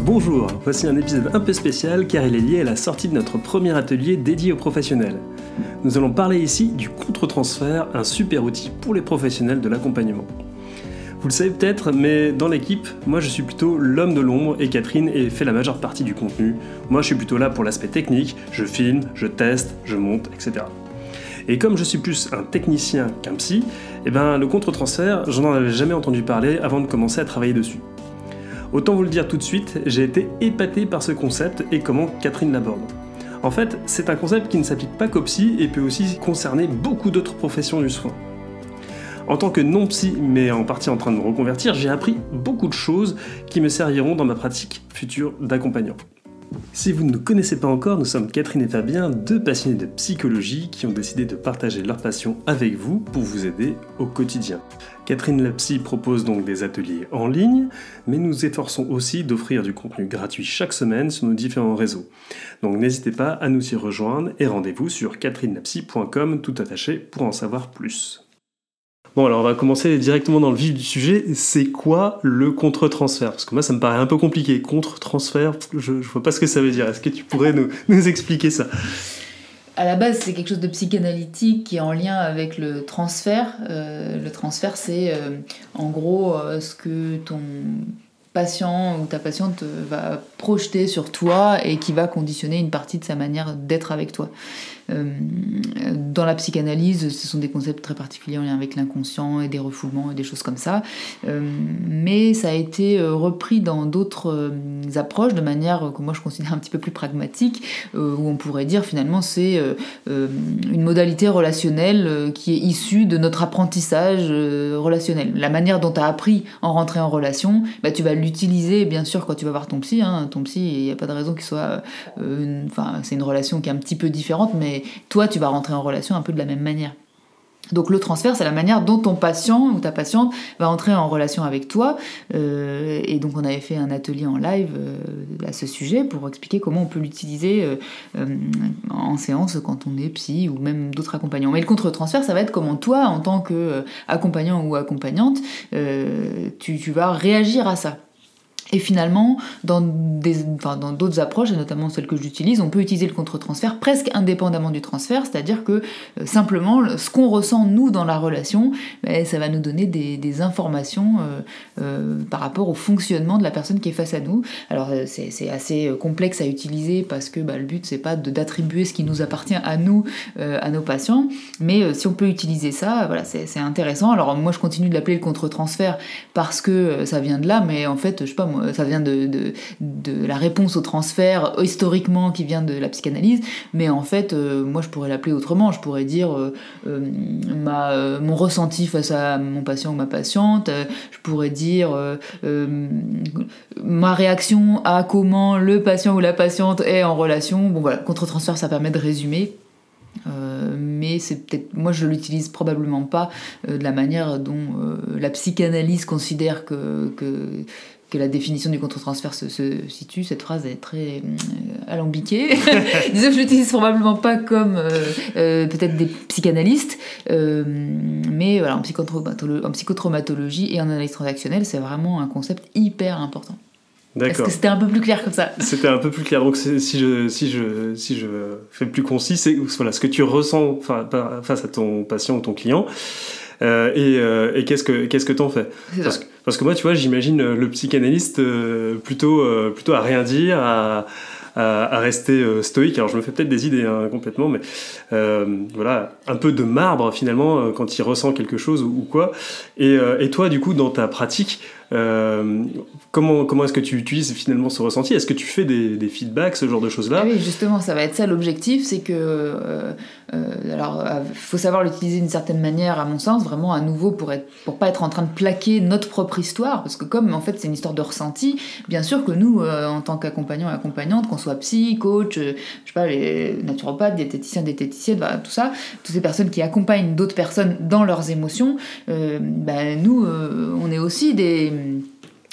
Bonjour, voici un épisode un peu spécial car il est lié à la sortie de notre premier atelier dédié aux professionnels. Nous allons parler ici du contre-transfert, un super outil pour les professionnels de l'accompagnement. Vous le savez peut-être, mais dans l'équipe, moi je suis plutôt l'homme de l'ombre et Catherine fait la majeure partie du contenu. Moi je suis plutôt là pour l'aspect technique, je filme, je teste, je monte, etc. Et comme je suis plus un technicien qu'un psy, le contre-transfert, je n'en avais jamais entendu parler avant de commencer à travailler dessus. Autant vous le dire tout de suite, j'ai été épaté par ce concept et comment Catherine l'aborde. En fait, c'est un concept qui ne s'applique pas qu'aux psy et peut aussi concerner beaucoup d'autres professions du soin. En tant que non-psy, mais en partie en train de me reconvertir, j'ai appris beaucoup de choses qui me serviront dans ma pratique future d'accompagnant. Si vous ne nous connaissez pas encore, nous sommes Catherine et Fabien, deux passionnés de psychologie qui ont décidé de partager leur passion avec vous pour vous aider au quotidien. Catherine la psy propose donc des ateliers en ligne, mais nous efforçons aussi d'offrir du contenu gratuit chaque semaine sur nos différents réseaux. Donc n'hésitez pas à nous y rejoindre et rendez-vous sur catherinelapsy.com tout attaché pour en savoir plus. Bon, alors on va commencer directement dans le vif du sujet. C'est quoi le contre-transfert ? Parce que moi, ça me paraît un peu compliqué. Contre-transfert, je vois pas ce que ça veut dire. Est-ce que tu pourrais nous expliquer ça ? À la base, c'est quelque chose de psychanalytique qui est en lien avec le transfert. Le transfert, c'est en gros ce que ton patient ou ta patiente va projeter sur toi et qui va conditionner une partie de sa manière d'être avec toi. Dans la psychanalyse, ce sont des concepts très particuliers en lien avec l'inconscient et des refoulements et des choses comme ça. Mais ça a été repris dans d'autres approches de manière que moi je considère un petit peu plus pragmatique, où on pourrait dire finalement c'est une modalité relationnelle qui est issue de notre apprentissage relationnel. La manière dont tu as appris en rentrer en relation, tu vas l'utiliser bien sûr quand tu vas voir ton psy. Ton psy, il n'y a pas de raison qu'il soit... c'est une relation qui est un petit peu différente, mais toi, tu vas rentrer en relation un peu de la même manière. Donc le transfert, c'est la manière dont ton patient ou ta patiente va entrer en relation avec toi. Et donc on avait fait un atelier en live à ce sujet pour expliquer comment on peut l'utiliser en séance quand on est psy ou même d'autres accompagnants. Mais le contre-transfert, ça va être comment toi, en tant qu'accompagnant ou accompagnante, tu vas réagir à ça. Et finalement, dans d'autres approches, et notamment celles que j'utilise, on peut utiliser le contre-transfert presque indépendamment du transfert, c'est-à-dire que simplement, ce qu'on ressent nous dans la relation, ça va nous donner des informations par rapport au fonctionnement de la personne qui est face à nous. Alors c'est assez complexe à utiliser parce que le but c'est pas d'attribuer ce qui nous appartient à nous, à nos patients, mais si on peut utiliser ça, voilà, c'est intéressant. Alors moi je continue de l'appeler le contre-transfert parce que ça vient de là, mais en fait, je sais pas moi, ça vient de la réponse au transfert historiquement qui vient de la psychanalyse, mais en fait moi je pourrais l'appeler autrement. Je pourrais dire mon ressenti face à mon patient ou ma patiente, je pourrais dire ma réaction à comment le patient ou la patiente est en relation. Bon voilà, contre-transfert ça permet de résumer. Mais c'est peut-être, moi je l'utilise probablement pas de la manière dont la psychanalyse considère que la définition du contre-transfert se situe. Cette phrase est très alambiquée. Disons que je l'utilise probablement pas comme peut-être des psychanalystes, mais voilà, en psychotraumatologie et en analyse transactionnelle, c'est vraiment un concept hyper important. D'accord. Est-ce que c'était un peu plus clair comme ça ? C'était un peu plus clair. Donc si je fais plus concis, c'est voilà, ce que tu ressens face à ton patient ou ton client. Et qu'est-ce que t'en fais ? Parce que moi, tu vois, j'imagine le psychanalyste plutôt à rien dire, à rester stoïque. Alors je me fais peut-être des idées complètement, mais voilà, un peu de marbre finalement quand il ressent quelque chose ou quoi. Et toi, du coup, dans ta pratique, comment est-ce que tu utilises finalement ce ressenti ? Est-ce que tu fais des feedbacks, ce genre de choses-là ? Oui, justement, ça va être ça l'objectif, c'est que faut savoir l'utiliser d'une certaine manière, à mon sens, vraiment à nouveau pour pas être en train de plaquer notre propre histoire, parce que comme en fait c'est une histoire de ressenti, bien sûr que nous, en tant qu'accompagnants et accompagnantes, qu'on soit psy, coach, je sais pas, les naturopathes, diététiciens, diététiciennes, voilà, tout ça, toutes ces personnes qui accompagnent d'autres personnes dans leurs émotions, nous, on est aussi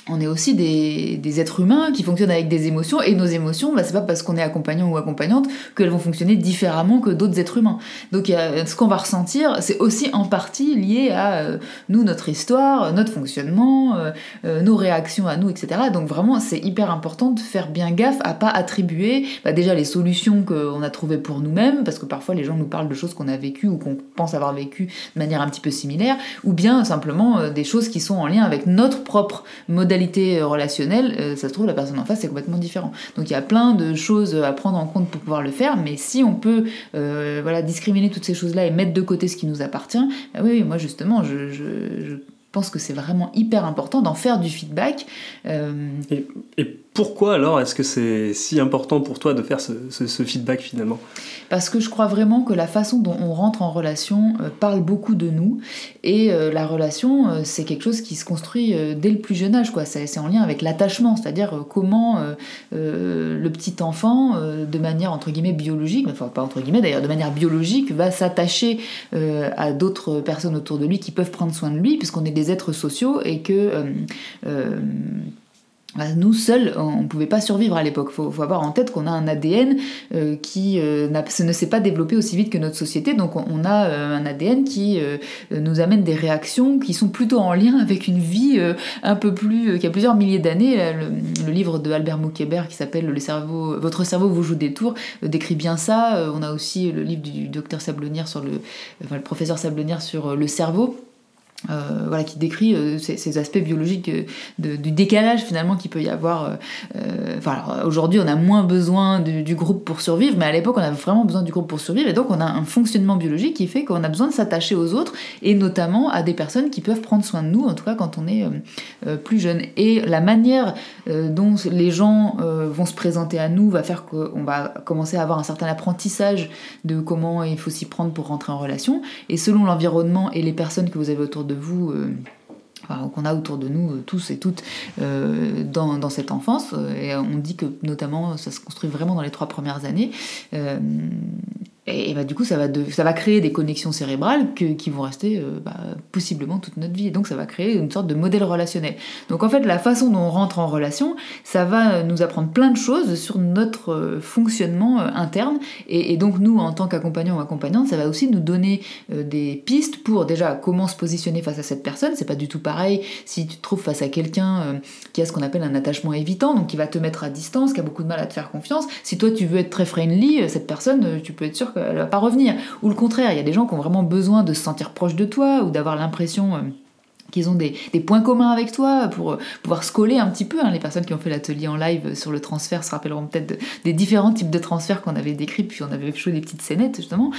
on est aussi des êtres humains qui fonctionnent avec des émotions, et nos émotions, c'est pas parce qu'on est accompagnant ou accompagnante qu'elles vont fonctionner différemment que d'autres êtres humains. Donc ce qu'on va ressentir, c'est aussi en partie lié à nous, notre histoire, notre fonctionnement, nos réactions à nous, etc. Donc vraiment, c'est hyper important de faire bien gaffe à pas attribuer déjà les solutions qu'on a trouvées pour nous-mêmes, parce que parfois les gens nous parlent de choses qu'on a vécues ou qu'on pense avoir vécues de manière un petit peu similaire, ou bien simplement des choses qui sont en lien avec notre propre modèle relationnelle, ça se trouve la personne en face c'est complètement différent. Donc il y a plein de choses à prendre en compte pour pouvoir le faire, mais si on peut discriminer toutes ces choses-là et mettre de côté ce qui nous appartient, oui, moi justement je pense que c'est vraiment hyper important d'en faire du feedback. Et pourquoi alors est-ce que c'est si important pour toi de faire ce feedback finalement ? Parce que je crois vraiment que la façon dont on rentre en relation parle beaucoup de nous, et la relation c'est quelque chose qui se construit dès le plus jeune âge, quoi. C'est en lien avec l'attachement, c'est-à-dire comment le petit enfant de manière entre guillemets biologique, enfin pas entre guillemets d'ailleurs, de manière biologique va s'attacher à d'autres personnes autour de lui qui peuvent prendre soin de lui, puisqu'on est des êtres sociaux et que nous seuls, on ne pouvait pas survivre à l'époque. Faut avoir en tête qu'on a un ADN qui ne s'est pas développé aussi vite que notre société, donc on a un ADN qui nous amène des réactions qui sont plutôt en lien avec une vie un peu plus qui a plusieurs milliers d'années. Le livre de Albert Mouquébert qui s'appelle Votre cerveau vous joue des tours décrit bien ça. On a aussi le livre du docteur Sablonnière le professeur Sablonnière sur le cerveau. Qui décrit ces aspects biologiques du décalage finalement qu'il peut y avoir. Alors, aujourd'hui, on a moins besoin du groupe pour survivre, mais à l'époque, on avait vraiment besoin du groupe pour survivre, et donc on a un fonctionnement biologique qui fait qu'on a besoin de s'attacher aux autres, et notamment à des personnes qui peuvent prendre soin de nous, en tout cas quand on est plus jeune. Et la manière dont les gens vont se présenter à nous va faire qu'on va commencer à avoir un certain apprentissage de comment il faut s'y prendre pour rentrer en relation, et selon l'environnement et les personnes que vous avez autour de vous, qu'on a autour de nous tous et toutes dans cette enfance, et on dit que notamment ça se construit vraiment dans les 3 premières années, et du coup ça va créer des connexions cérébrales qui vont rester possiblement toute notre vie, et donc ça va créer une sorte de modèle relationnel. Donc en fait la façon dont on rentre en relation, ça va nous apprendre plein de choses sur notre fonctionnement interne, et donc nous en tant qu'accompagnants ou accompagnantes, ça va aussi nous donner des pistes pour déjà comment se positionner face à cette personne. C'est pas du tout pareil si tu te trouves face à quelqu'un qui a ce qu'on appelle un attachement évitant, donc qui va te mettre à distance, qui a beaucoup de mal à te faire confiance. Si toi tu veux être très friendly, cette personne, tu peux être sûr qu'elle va pas revenir. Ou le contraire, il y a des gens qui ont vraiment besoin de se sentir proches de toi, ou d'avoir l'impression qu'ils ont des points communs avec toi pour pouvoir se coller un petit peu. Les personnes qui ont fait l'atelier en live sur le transfert se rappelleront peut-être des différents types de transferts qu'on avait décrits, puis on avait joué des petites scénettes justement.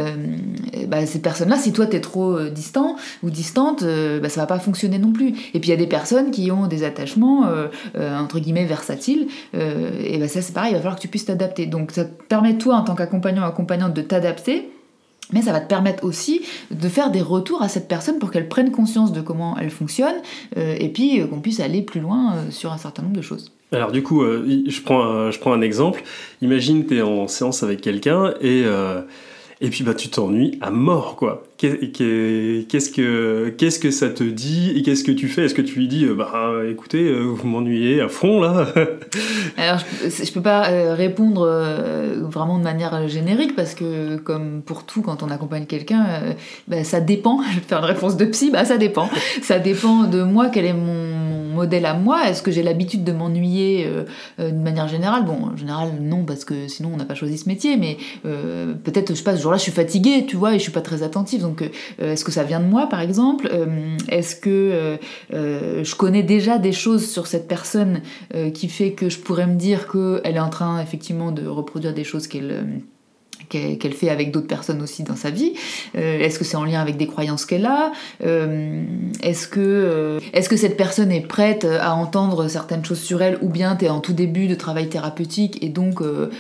Ces personnes-là, si toi t'es trop distant ou distante, ça va pas fonctionner non plus. Et puis il y a des personnes qui ont des attachements entre guillemets versatiles, ça c'est pareil, il va falloir que tu puisses t'adapter. Donc ça te permet toi en tant qu'accompagnant ou accompagnante de t'adapter, mais ça va te permettre aussi de faire des retours à cette personne pour qu'elle prenne conscience de comment elle fonctionne, et puis qu'on puisse aller plus loin sur un certain nombre de choses. Alors du coup, je prends un exemple. Imagine que tu es en séance avec quelqu'un et puis tu t'ennuies à mort, quoi. Qu'est-ce que ça te dit et qu'est-ce que tu fais ? Est-ce que tu lui dis écoutez, vous m'ennuyez à fond là ? Alors je peux pas répondre vraiment de manière générique, parce que comme pour tout quand on accompagne quelqu'un, ça dépend. Je vais te faire une réponse de psy, ça dépend. Ça dépend de moi, quel est mon modèle à moi. Est-ce que j'ai l'habitude de m'ennuyer de manière générale ? Bon, en général non, parce que sinon on n'a pas choisi ce métier, mais peut-être je sais pas, ce jour-là je suis fatiguée, tu vois, et je suis pas très attentive. Donc est-ce que ça vient de moi par exemple ? Est-ce que je connais déjà des choses sur cette personne qui fait que je pourrais me dire qu'elle est en train effectivement de reproduire des choses qu'elle fait avec d'autres personnes aussi dans sa vie. Est-ce que c'est en lien avec des croyances qu'elle a ? Est-ce que cette personne est prête à entendre certaines choses sur elle, ou bien t'es en tout début de travail thérapeutique et donc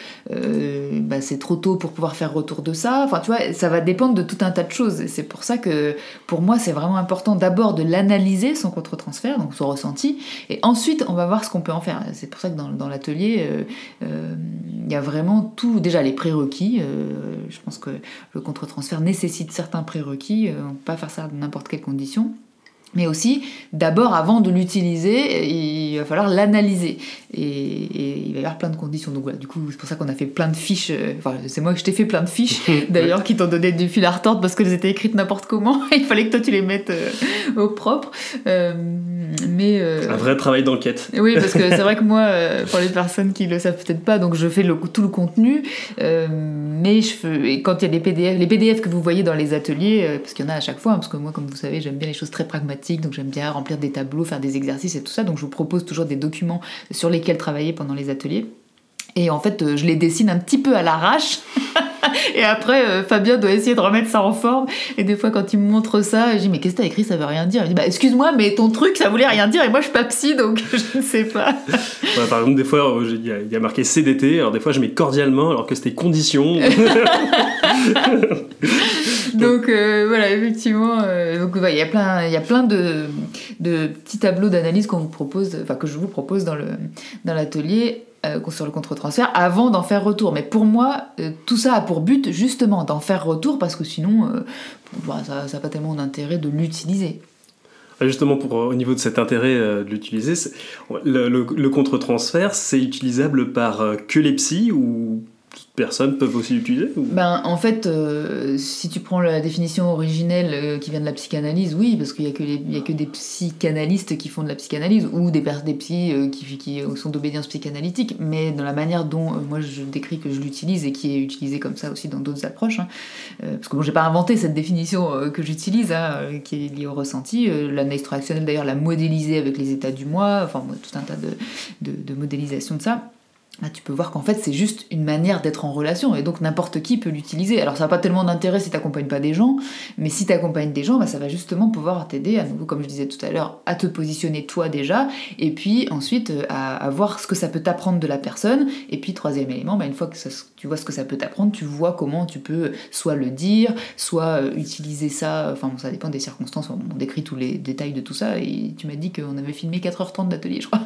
c'est trop tôt pour pouvoir faire retour de ça. Enfin tu vois, ça va dépendre de tout un tas de choses, et c'est pour ça que pour moi c'est vraiment important d'abord de l'analyser, son contre-transfert, donc son ressenti, et ensuite on va voir ce qu'on peut en faire. C'est pour ça que dans l'atelier il y a vraiment tout, déjà les prérequis. Je pense que le contre-transfert nécessite certains prérequis, on ne peut pas faire ça dans n'importe quelle condition. Mais aussi, d'abord, avant de l'utiliser, il va falloir l'analyser. Et il va y avoir plein de conditions. Donc voilà, du coup, c'est pour ça qu'on a fait plein de fiches. C'est moi que je t'ai fait plein de fiches, d'ailleurs, qui t'ont donné du fil à retordre parce qu'elles étaient écrites n'importe comment. Il fallait que toi, tu les mettes au propre. Un vrai travail d'enquête. Oui, parce que c'est vrai que moi, pour les personnes qui le savent peut-être pas, donc je fais tout le contenu, mais et quand il y a les PDF que vous voyez dans les ateliers, parce qu'il y en a à chaque fois, parce que moi, comme vous savez, j'aime bien les choses très pragmatiques, donc j'aime bien remplir des tableaux, faire des exercices et tout ça, donc je vous propose toujours des documents sur lesquels travailler pendant les ateliers. Et en fait, je les dessine un petit peu à l'arrache. Et après, Fabien doit essayer de remettre ça en forme. Et des fois, quand il me montre ça, je dis mais qu'est-ce que t'as écrit, ça veut rien dire. Il me dit excuse-moi, mais ton truc, ça voulait rien dire. Et moi, je suis pas psy, donc je ne sais pas. Ouais, par exemple, des fois, il y a marqué CDT. Alors des fois, je mets cordialement, alors que c'était condition. Donc voilà, effectivement, il y a plein de petits tableaux d'analyse qu'on vous propose, enfin que je vous propose dans l'atelier. Sur le contre-transfert avant d'en faire retour. Mais pour moi, tout ça a pour but justement d'en faire retour parce que sinon, ça n'a pas tellement d'intérêt de l'utiliser. Justement, au niveau de cet intérêt de l'utiliser, le contre-transfert, c'est utilisable par que les psys ou toutes personnes peuvent aussi l'utiliser ou... En fait, si tu prends la définition originelle qui vient de la psychanalyse, oui, parce qu'il y a que des psychanalystes qui font de la psychanalyse ou des psys qui sont d'obédience psychanalytique, mais dans la manière dont moi je décris que je l'utilise et qui est utilisée comme ça aussi dans d'autres approches, parce que j'ai pas inventé cette définition que j'utilise, qui est liée au ressenti. L'analyse transactionnelle d'ailleurs l'a modélisée avec les états du moi, enfin tout un tas de modélisation de ça. Là, tu peux voir qu'en fait c'est juste une manière d'être en relation et donc n'importe qui peut l'utiliser. Alors ça n'a pas tellement d'intérêt si tu n'accompagnes pas des gens, mais si tu accompagnes des gens, ça va justement pouvoir t'aider à nouveau, comme je disais tout à l'heure, à te positionner toi déjà et puis ensuite à voir ce que ça peut t'apprendre de la personne. Et puis troisième élément, une fois que tu vois ce que ça peut t'apprendre, tu vois comment tu peux soit le dire, soit utiliser ça, ça dépend des circonstances, on décrit tous les détails de tout ça et tu m'as dit qu'on avait filmé 4h30 d'atelier, je crois.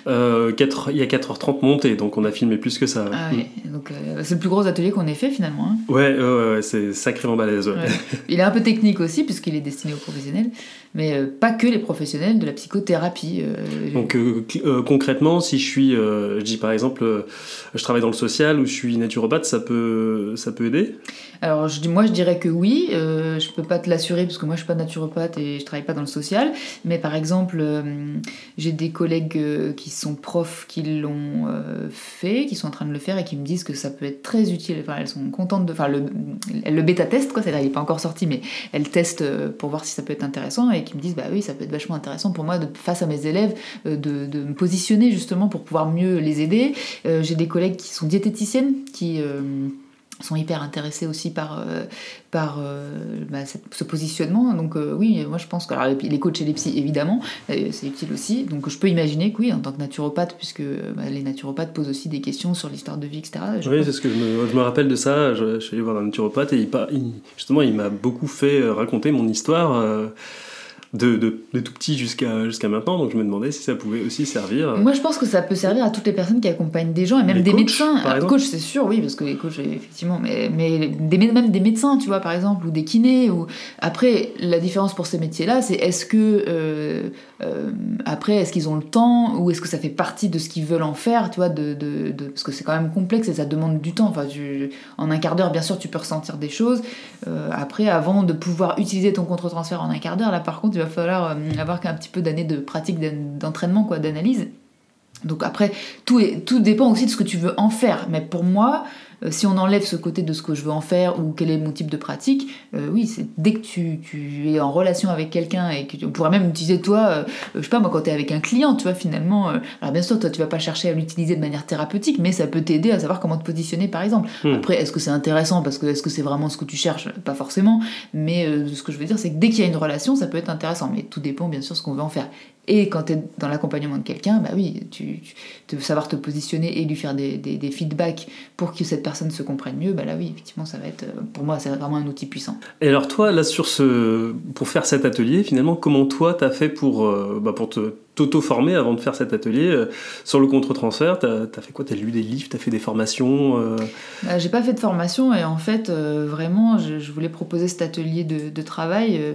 Il y a 4h30 montées, donc on a filmé plus que ça. Ah oui, donc c'est le plus gros atelier qu'on ait fait finalement. Hein. Ouais, c'est sacrément balèze. Ouais. Il est un peu technique aussi, puisqu'il est destiné aux professionnels, mais pas que les professionnels de la psychothérapie. Donc concrètement, si je dis par exemple, je travaille dans le social ou je suis naturopathe, ça peut aider ? Alors moi je dirais que oui, je peux pas te l'assurer parce que moi je suis pas naturopathe et je travaille pas dans le social, mais par exemple j'ai des collègues qui sont profs qui l'ont fait, qui sont en train de le faire et qui me disent que ça peut être très utile. Enfin, elles sont contentes elles le bêta-testent, quoi, c'est-à-dire il n'est pas encore sorti, mais elles testent pour voir si ça peut être intéressant et qui me disent oui, ça peut être vachement intéressant pour moi face à mes élèves de me positionner justement pour pouvoir mieux les aider. J'ai des collègues qui sont diététiciennes qui sont hyper intéressés aussi par ce positionnement. Donc oui, moi je pense que les coachs et les psys, évidemment, c'est utile aussi. Donc je peux imaginer que oui, en tant que naturopathe, puisque les naturopathes posent aussi des questions sur l'histoire de vie, etc. Oui, c'est ce que je me rappelle de ça. Je suis allé voir un naturopathe et il m'a beaucoup fait raconter mon histoire de tout petit jusqu'à maintenant, donc je me demandais si ça pouvait aussi servir. Moi je pense que ça peut servir à toutes les personnes qui accompagnent des gens et même des médecins. Coach c'est sûr, oui, parce que les coachs effectivement, mais même des médecins, tu vois, par exemple, ou des kinés. Après, la différence pour ces métiers-là, c'est est-ce qu'ils ont le temps ou est-ce que ça fait partie de ce qu'ils veulent en faire, tu vois, parce que c'est quand même complexe et ça demande du temps. En un quart d'heure, bien sûr, tu peux ressentir des choses. Après, avant de pouvoir utiliser ton contre-transfert en un quart d'heure, là par contre, il va falloir avoir un petit peu d'années de pratique, d'entraînement, quoi, d'analyse. Donc après, tout dépend aussi de ce que tu veux en faire. Mais pour moi, si on enlève ce côté de ce que je veux en faire ou quel est mon type de pratique, oui, c'est dès que tu es en relation avec quelqu'un et que on pourrait même utiliser toi, je sais pas moi, quand tu es avec un client, tu vois, finalement, alors bien sûr, toi tu vas pas chercher à l'utiliser de manière thérapeutique, mais ça peut t'aider à savoir comment te positionner, par exemple. Après, est-ce que c'est intéressant parce que est-ce que c'est vraiment ce que tu cherches? Pas forcément, mais ce que je veux dire, c'est que dès qu'il y a une relation, ça peut être intéressant, mais tout dépend bien sûr de ce qu'on veut en faire. Et quand tu es dans l'accompagnement de quelqu'un, oui, tu savoir te positionner et lui faire des feedbacks pour que cette personne se comprenne mieux, là oui, effectivement, ça va être, pour moi, c'est vraiment un outil puissant. Et alors toi, là, pour faire cet atelier, finalement, comment toi, t'as fait pour t'auto-former avant de faire cet atelier sur le contre-transfert? T'as fait quoi? T'as lu des livres? T'as fait des formations? J'ai pas fait de formation et en fait, vraiment, je voulais proposer cet atelier de travail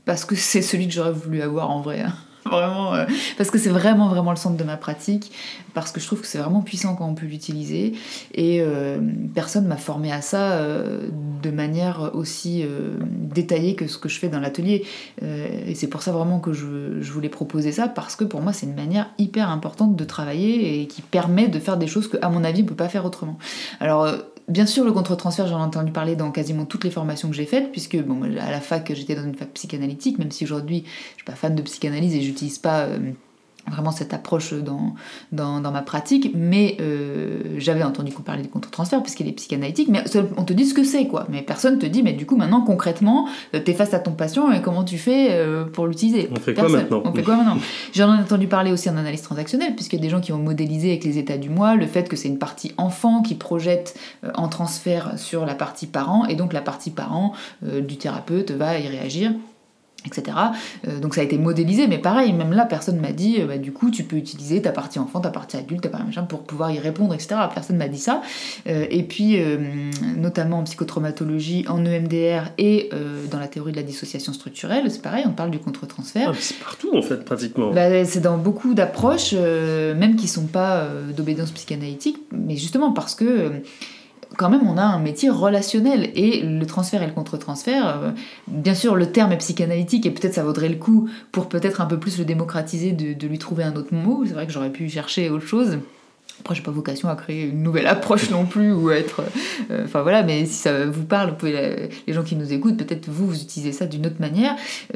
parce que c'est celui que j'aurais voulu avoir en vrai. Hein. Vraiment, parce que c'est vraiment vraiment le centre de ma pratique, parce que je trouve que c'est vraiment puissant quand on peut l'utiliser, et personne m'a formée à ça de manière aussi détaillée que ce que je fais dans l'atelier, et c'est pour ça vraiment que je voulais proposer ça, parce que pour moi c'est une manière hyper importante de travailler et qui permet de faire des choses que à mon avis on peut pas faire autrement. Alors bien sûr, le contre-transfert, j'en ai entendu parler dans quasiment toutes les formations que j'ai faites, puisque bon, à la fac, j'étais dans une fac psychanalytique, même si aujourd'hui, je suis pas fan de psychanalyse et j'utilise pas vraiment cette approche dans ma pratique, mais j'avais entendu qu'on parlait du contre-transfert puisqu'il est psychanalytique, mais on te dit ce que c'est, quoi. Mais personne te dit, mais du coup, maintenant, concrètement, t'es face à ton patient et comment tu fais pour l'utiliser. On fait quoi maintenant ? J'en ai entendu parler aussi en analyse transactionnelle, puisqu'il y a des gens qui vont modéliser avec les états du moi, le fait que c'est une partie enfant qui projette en transfert sur la partie parent, et donc la partie parent du thérapeute va y réagir, etc. Donc ça a été modélisé, mais pareil, même là, personne m'a dit, du coup, tu peux utiliser ta partie enfant, ta partie adulte, ta partie machin, pour pouvoir y répondre, etc. Personne m'a dit ça. Et puis, notamment en psychotraumatologie, en EMDR et dans la théorie de la dissociation structurelle, c'est pareil, on parle du contre-transfert. Ah, c'est partout, en fait, pratiquement. C'est dans beaucoup d'approches, même qui sont pas d'obédience psychanalytique, mais justement parce que... quand même, on a un métier relationnel, et le transfert et le contre-transfert, bien sûr, le terme est psychanalytique, et peut-être ça vaudrait le coup, pour peut-être un peu plus le démocratiser, de lui trouver un autre mot. C'est vrai que j'aurais pu chercher autre chose. Après, j'ai pas vocation à créer une nouvelle approche non plus, ou être... Enfin voilà, mais si ça vous parle, vous pouvez, les gens qui nous écoutent, peut-être vous utilisez ça d'une autre manière.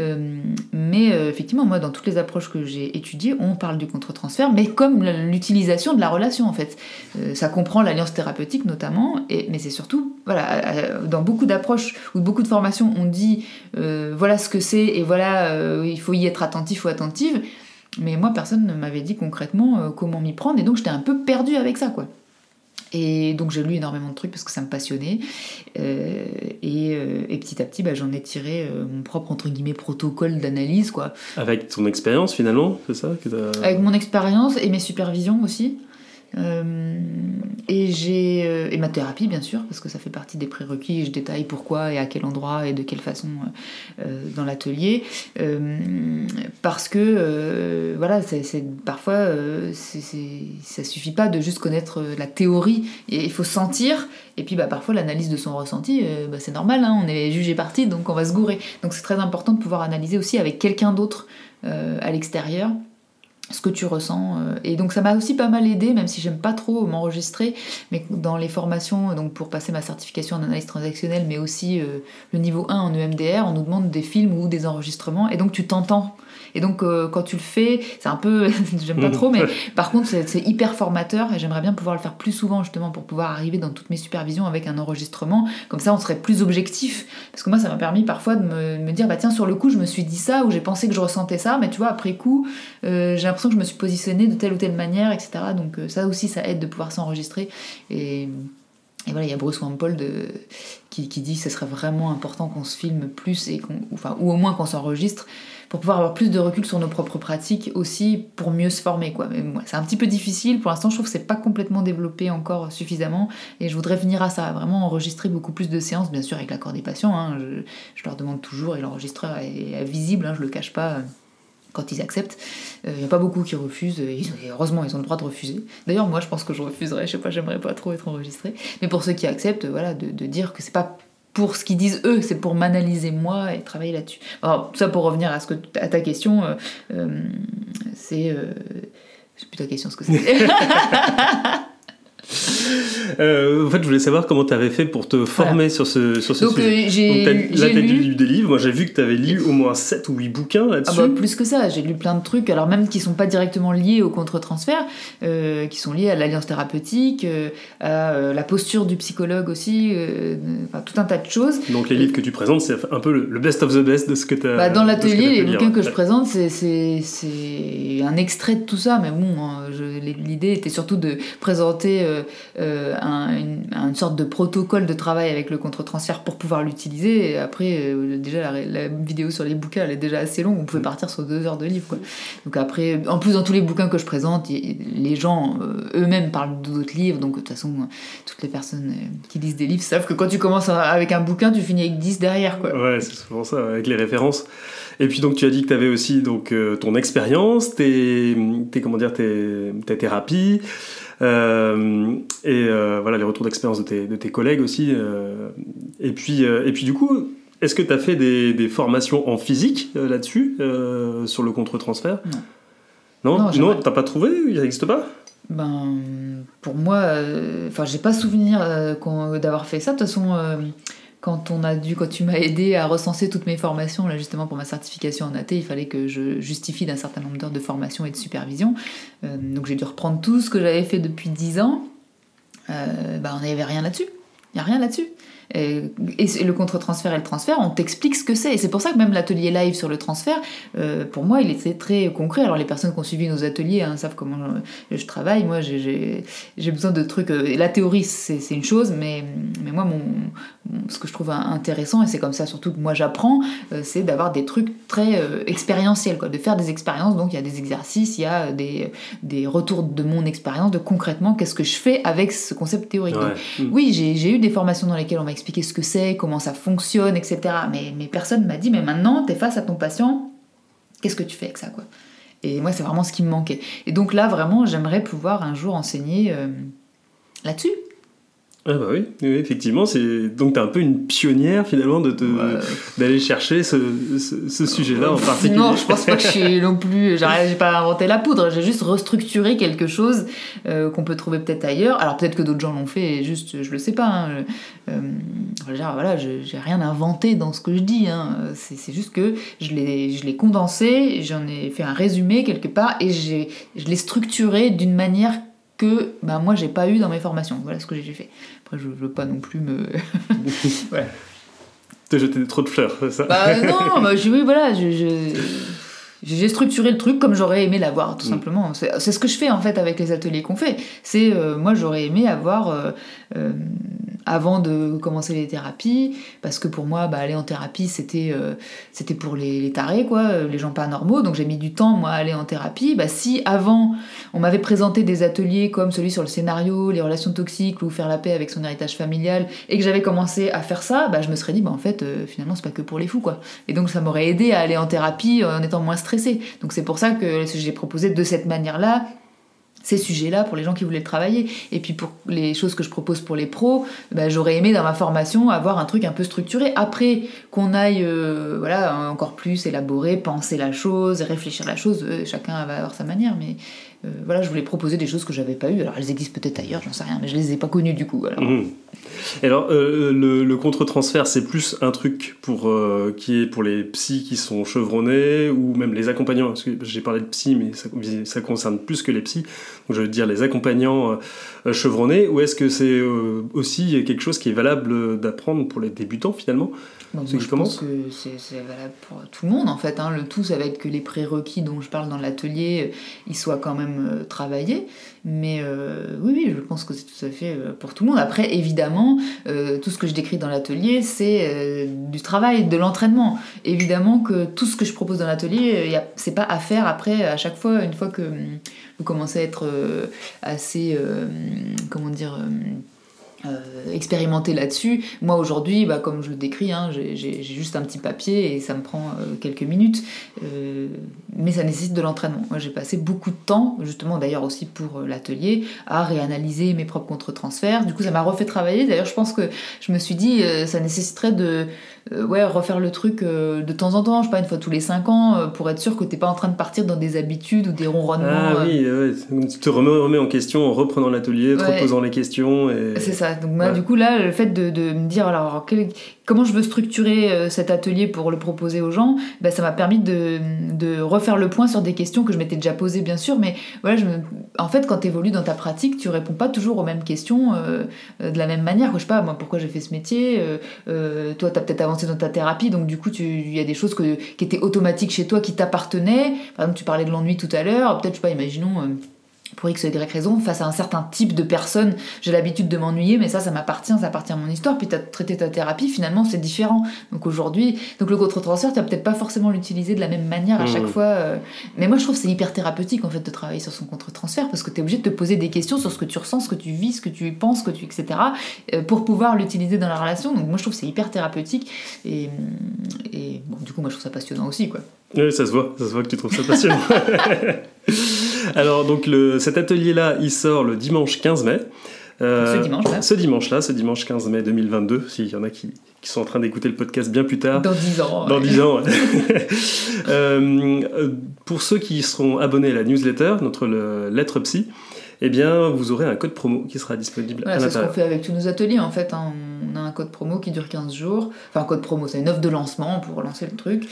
Mais effectivement, moi, dans toutes les approches que j'ai étudiées, on parle du contre-transfert, mais comme l'utilisation de la relation, en fait. Ça comprend l'alliance thérapeutique, notamment, mais c'est surtout, voilà, dans beaucoup d'approches ou beaucoup de formations, on dit voilà ce que c'est, et voilà, il faut y être attentif ou attentive. Mais moi, personne ne m'avait dit concrètement comment m'y prendre, et donc j'étais un peu perdue avec ça, quoi. Et donc j'ai lu énormément de trucs parce que ça me passionnait, et petit à petit, j'en ai tiré mon propre, entre guillemets, protocole d'analyse, quoi. Avec ton expérience, finalement, c'est ça que Avec mon expérience et mes supervisions aussi. Et ma thérapie, bien sûr, parce que ça fait partie des prérequis, et je détaille pourquoi et à quel endroit et de quelle façon dans l'atelier, parce que voilà, parfois ça suffit pas de juste connaître la théorie, et il faut sentir, et puis parfois l'analyse de son ressenti, c'est normal, hein, on est jugé parti, donc on va se gourer, donc c'est très important de pouvoir analyser aussi avec quelqu'un d'autre à l'extérieur ce que tu ressens, et donc ça m'a aussi pas mal aidé, même si j'aime pas trop m'enregistrer, mais dans les formations, donc pour passer ma certification en analyse transactionnelle, mais aussi le niveau 1 en EMDR, on nous demande des films ou des enregistrements, et donc tu t'entends, et donc quand tu le fais, c'est un peu j'aime pas trop, mais par contre c'est hyper formateur, et j'aimerais bien pouvoir le faire plus souvent, justement, pour pouvoir arriver dans toutes mes supervisions avec un enregistrement, comme ça on serait plus objectif, parce que moi ça m'a permis parfois de me dire tiens, sur le coup je me suis dit ça, ou j'ai pensé que je ressentais ça, mais tu vois, après coup j'ai l'impression que je me suis positionnée de telle ou telle manière, etc. Donc ça aussi, ça aide de pouvoir s'enregistrer. Et voilà, il y a Bruce Wampold qui dit que ce serait vraiment important qu'on se filme plus, ou au moins qu'on s'enregistre, pour pouvoir avoir plus de recul sur nos propres pratiques aussi, pour mieux se former, quoi. Mais c'est un petit peu difficile, pour l'instant je trouve que c'est pas complètement développé encore suffisamment, et je voudrais venir à ça, vraiment enregistrer beaucoup plus de séances, bien sûr avec l'accord des patients, hein. Je leur demande toujours, et l'enregistreur est visible, hein, je le cache pas, quand ils acceptent. Il n'y a pas beaucoup qui refusent, et heureusement ils ont le droit de refuser. D'ailleurs moi je pense que je refuserais, je sais pas, j'aimerais pas trop être enregistrée, mais pour ceux qui acceptent, voilà, de dire que c'est pas pour ce qu'ils disent eux, c'est pour m'analyser moi et travailler là-dessus. Alors tout ça pour revenir à ta question, c'est... je sais plus ta question, ce que c'était. En fait, je voulais savoir comment tu avais fait pour te former sur ce sujet. Donc, t'as lu des livres. Moi, j'ai vu que tu avais lu au moins 7 ou 8 bouquins là-dessus. Plus que ça, j'ai lu plein de trucs, alors même qui ne sont pas directement liés au contre-transfert, qui sont liés à l'alliance thérapeutique, à la posture du psychologue aussi, tout un tas de choses. Donc les livres que tu présentes, c'est un peu le best of the best de ce que tu as... Dans l'atelier, les bouquins que je présente, c'est un extrait de tout ça, mais bon, l'idée était surtout de présenter une sorte de protocole de travail avec le contre-transfert pour pouvoir l'utiliser. Et après, déjà, la vidéo sur les bouquins, elle est déjà assez longue. On pouvait partir sur 2 heures de livre, quoi. Donc après, en plus, dans tous les bouquins que je présente, les gens eux-mêmes parlent d'autres livres. Donc de toute façon, toutes les personnes qui lisent des livres savent que quand tu commences avec un bouquin, tu finis avec 10 derrière, quoi. Ouais, c'est souvent ça, avec les références. Et puis donc tu as dit que tu avais aussi donc, ton expérience, tes thérapies, voilà, les retours d'expérience de tes collègues aussi. Et puis du coup, est-ce que tu as fait des formations en physique là-dessus, sur le contre-transfert ? Non, t'as pas trouvé ? Il n'existe pas ? Pour moi, j'ai pas souvenir d'avoir fait ça. De toute façon, quand tu m'as aidé à recenser toutes mes formations, là justement pour ma certification en AT, il fallait que je justifie d'un certain nombre d'heures de formation et de supervision. Donc j'ai dû reprendre tout ce que j'avais fait depuis 10 ans. On n'avait rien là-dessus. Il n'y a rien là-dessus. Et le contre-transfert et le transfert, on t'explique ce que c'est. Et c'est pour ça que même l'atelier live sur le transfert, pour moi, il était très concret. Alors les personnes qui ont suivi nos ateliers savent comment je travaille. Moi, j'ai besoin de trucs... la théorie, c'est une chose, mais moi, ce que je trouve intéressant, et c'est comme ça surtout que moi j'apprends, c'est d'avoir des trucs très expérientiels, quoi, de faire des expériences. Donc il y a des exercices, il y a des retours de mon expérience, de concrètement, qu'est-ce que je fais avec ce concept théorique. Ouais. Donc, oui, j'ai eu des formations dans lesquelles on m'a expliqué ce que c'est, comment ça fonctionne, etc. Mais personne m'a dit, mais maintenant, t'es face à ton patient, qu'est-ce que tu fais avec ça, quoi. Et moi, c'est vraiment ce qui me manquait. Et donc là, vraiment, j'aimerais pouvoir un jour enseigner là-dessus. Ah bah oui, effectivement, donc t'es un peu une pionnière finalement d'aller chercher ce sujet-là en particulier. Non, je pense pas que je suis non plus, j'ai pas inventé la poudre, j'ai juste restructuré quelque chose qu'on peut trouver peut-être ailleurs. Alors peut-être que d'autres gens l'ont fait et juste, je le sais pas. Voilà, j'ai rien inventé dans ce que je dis. C'est juste que je l'ai condensé, j'en ai fait un résumé quelque part et je l'ai structuré d'une manière que moi j'ai pas eu dans mes formations. Voilà ce que j'ai fait. Après je veux pas non plus me ouais. Te jeter trop de fleurs, c'est ça? Non, j'ai structuré le truc comme j'aurais aimé l'avoir, tout simplement. C'est ce que je fais en fait avec les ateliers qu'on fait. C'est moi j'aurais aimé avoir avant de commencer les thérapies, parce que pour moi aller en thérapie c'était pour les tarés, quoi, les gens pas normaux. Donc j'ai mis du temps moi à aller en thérapie. Si avant on m'avait présenté des ateliers comme celui sur le scénario, les relations toxiques ou faire la paix avec son héritage familial, et que j'avais commencé à faire ça, je me serais dit en fait finalement c'est pas que pour les fous, quoi. Et donc ça m'aurait aidé à aller en thérapie en étant moins stressée. Donc c'est pour ça que j'ai proposé de cette manière-là ces sujets-là pour les gens qui voulaient le travailler. Et puis pour les choses que je propose pour les pros, j'aurais aimé dans ma formation avoir un truc un peu structuré. Après qu'on aille encore plus élaborer, penser la chose, réfléchir la chose, chacun va avoir sa manière, mais je voulais proposer des choses que j'avais pas eues. Alors elles existent peut-être ailleurs, j'en sais rien, mais je les ai pas connues du coup. Alors. Et alors le contre-transfert, c'est plus un truc qui est pour les psys qui sont chevronnés, ou même les accompagnants, parce que j'ai parlé de psy, mais ça concerne plus que les psys, donc je veux dire les accompagnants chevronnés, ou est-ce que c'est aussi quelque chose qui est valable d'apprendre pour les débutants finalement? Je pense que c'est valable pour tout le monde en fait. Le tout, ça va être que les prérequis dont je parle dans l'atelier, ils soient quand même travaillés. Mais oui, je pense que c'est tout à fait pour tout le monde. Après, évidemment, tout ce que je décris dans l'atelier, c'est du travail, de l'entraînement. Évidemment que tout ce que je propose dans l'atelier, c'est pas à faire après, à chaque fois, une fois que vous commencez à être assez, expérimenter là-dessus. Moi aujourd'hui, comme je le décris, j'ai juste un petit papier et ça me prend quelques minutes, mais ça nécessite de l'entraînement. Moi j'ai passé beaucoup de temps, justement d'ailleurs aussi pour l'atelier, à réanalyser mes propres contre-transferts. Du coup ça m'a refait travailler. D'ailleurs je pense que je me suis dit ça nécessiterait de refaire le truc de temps en temps, je sais pas, une fois tous les 5 ans, pour être sûr que t'es pas en train de partir dans des habitudes ou des ronronnements. Tu te remets en question en reprenant l'atelier, te reposant les questions. C'est ça. Donc moi, du coup là, le fait de me dire alors comment je veux structurer cet atelier pour le proposer aux gens, ça m'a permis de refaire le point sur des questions que je m'étais déjà posées bien sûr, mais voilà, en fait quand t'évolues dans ta pratique, tu réponds pas toujours aux mêmes questions de la même manière. Je sais pas, moi pourquoi j'ai fait ce métier, toi t'as peut-être avancé dans ta thérapie, donc du coup il y a des choses qui étaient automatiques chez toi, qui t'appartenaient. Par exemple tu parlais de l'ennui tout à l'heure, peut-être je sais pas, imaginons pour X ou Y raison, face à un certain type de personne, j'ai l'habitude de m'ennuyer, mais ça appartient à mon histoire, puis tu as traité ta thérapie, finalement c'est différent. Donc aujourd'hui, le contre-transfert, tu vas peut-être pas forcément l'utiliser de la même manière à chaque fois, mais moi je trouve que c'est hyper thérapeutique en fait de travailler sur son contre-transfert, parce que tu es obligé de te poser des questions sur ce que tu ressens, ce que tu vis, ce que tu penses, etc., pour pouvoir l'utiliser dans la relation. Donc moi je trouve que c'est hyper thérapeutique, et bon, du coup moi je trouve ça passionnant aussi, quoi. Oui, ça se voit que tu trouves ça passionnant. Alors donc cet atelier-là, il sort le dimanche 15 mai. Ce dimanche 15 mai 2022, s'il y en a qui sont en train d'écouter le podcast bien plus tard. Dans 10 ans. Dans 10 ans. Pour ceux qui seront abonnés à la newsletter, notre lettre psy, eh bien, vous aurez un code promo qui sera disponible à l'intérieur. C'est ce qu'on fait avec tous nos ateliers, en fait. Hein. On a un code promo qui dure 15 jours. Enfin, un code promo, c'est une offre de lancement pour lancer le truc.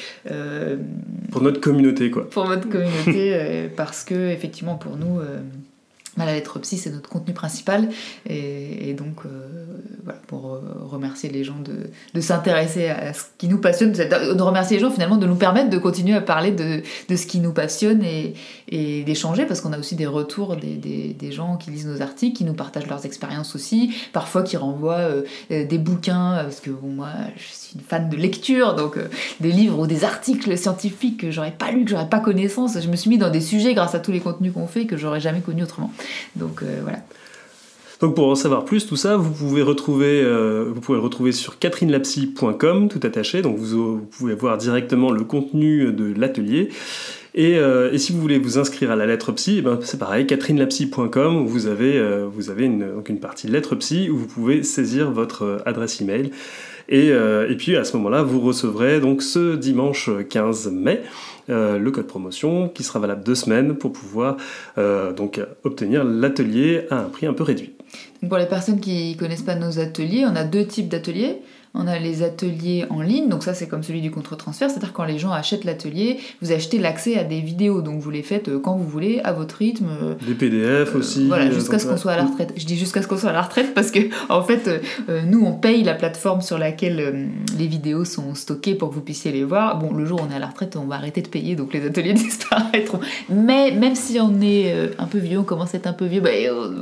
Pour notre communauté, quoi. Pour notre communauté, parce que, effectivement, pour nous... la lettre psy, c'est notre contenu principal, et donc voilà, pour remercier les gens de s'intéresser à ce qui nous passionne, de remercier les gens finalement de nous permettre de continuer à parler de ce qui nous passionne et d'échanger, parce qu'on a aussi des retours des gens qui lisent nos articles, qui nous partagent leurs expériences aussi, parfois qui renvoient des bouquins, parce que bon, moi je suis une fan de lecture, donc des livres ou des articles scientifiques que j'aurais pas lu, que j'aurais pas connaissance. Je me suis mis dans des sujets grâce à tous les contenus qu'on fait que j'aurais jamais connus autrement. Donc voilà. Donc pour en savoir plus, tout ça, vous pouvez le retrouver sur catherinelapsy.com, tout attaché. Donc vous pouvez voir directement le contenu de l'atelier. Et si vous voulez vous inscrire à la lettre psy, c'est pareil, catherinelapsy.com, vous avez une partie lettre psy où vous pouvez saisir votre adresse email. Et puis à ce moment-là, vous recevrez donc ce dimanche 15 mai le code promotion qui sera valable 2 semaines pour pouvoir donc obtenir l'atelier à un prix un peu réduit. Pour les personnes qui ne connaissent pas nos ateliers, on a 2 types d'ateliers. On a les ateliers en ligne, donc ça c'est comme celui du contre-transfert, c'est-à-dire quand les gens achètent l'atelier, vous achetez l'accès à des vidéos, donc vous les faites quand vous voulez, à votre rythme. Des PDF aussi. Voilà, jusqu'à ce qu'on soit à la retraite. Je dis jusqu'à ce qu'on soit à la retraite parce que en fait, nous on paye la plateforme sur laquelle les vidéos sont stockées pour que vous puissiez les voir. Bon, le jour où on est à la retraite, on va arrêter de payer, donc les ateliers disparaîtront. Mais même si on est un peu vieux, on commence à être un peu vieux,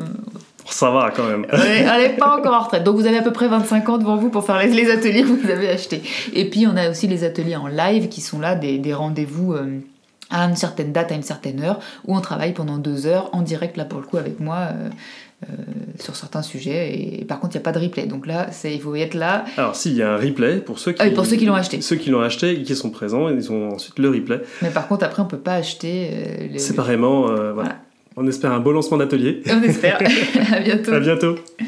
ça va quand même. On n'est pas encore en retraite. Donc vous avez à peu près 25 ans devant vous pour faire les ateliers que vous avez achetés. Et puis on a aussi les ateliers en live qui sont là, des rendez-vous à une certaine date, à une certaine heure, où on travaille pendant 2 heures en direct, là pour le coup avec moi, sur certains sujets. Et par contre il n'y a pas de replay. Donc là, il faut y être là. Alors si, il y a un replay pour ceux qui l'ont acheté. Ceux qui l'ont acheté et qui sont présents, ils ont ensuite le replay. Mais par contre après on ne peut pas acheter... séparément, voilà. On espère un beau lancement d'atelier. On espère. À bientôt. À bientôt.